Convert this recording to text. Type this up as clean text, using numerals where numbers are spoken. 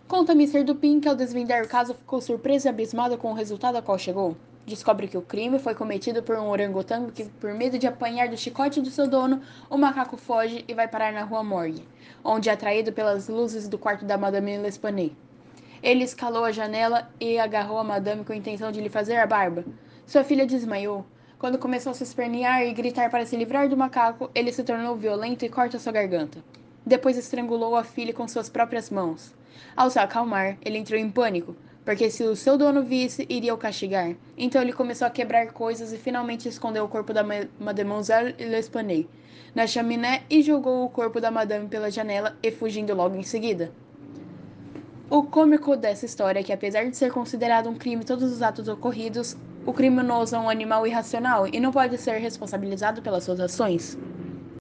Conta Mister Dupin que ao desvendar o caso ficou surpreso e abismado com o resultado a qual chegou. Descobre que o crime foi cometido por um orangotango que, por medo de apanhar do chicote do seu dono, o macaco foge e vai parar na rua Morgue, onde é atraído pelas luzes do quarto da Madame L'Espanaye. Ele escalou a janela e agarrou a Madame com a intenção de lhe fazer a barba. Sua filha desmaiou. Quando começou a se espernear e gritar para se livrar do macaco, ele se tornou violento e corta sua garganta. Depois estrangulou a filha com suas próprias mãos. Ao se acalmar, ele entrou em pânico, porque se o seu dono visse, iria o castigar. Então ele começou a quebrar coisas e finalmente escondeu o corpo da Mademoiselle L'Espanaye na chaminé e jogou o corpo da Madame pela janela e fugindo logo em seguida. O cômico dessa história é que, apesar de ser considerado um crime todos os atos ocorridos, o criminoso é um animal irracional e não pode ser responsabilizado pelas suas ações.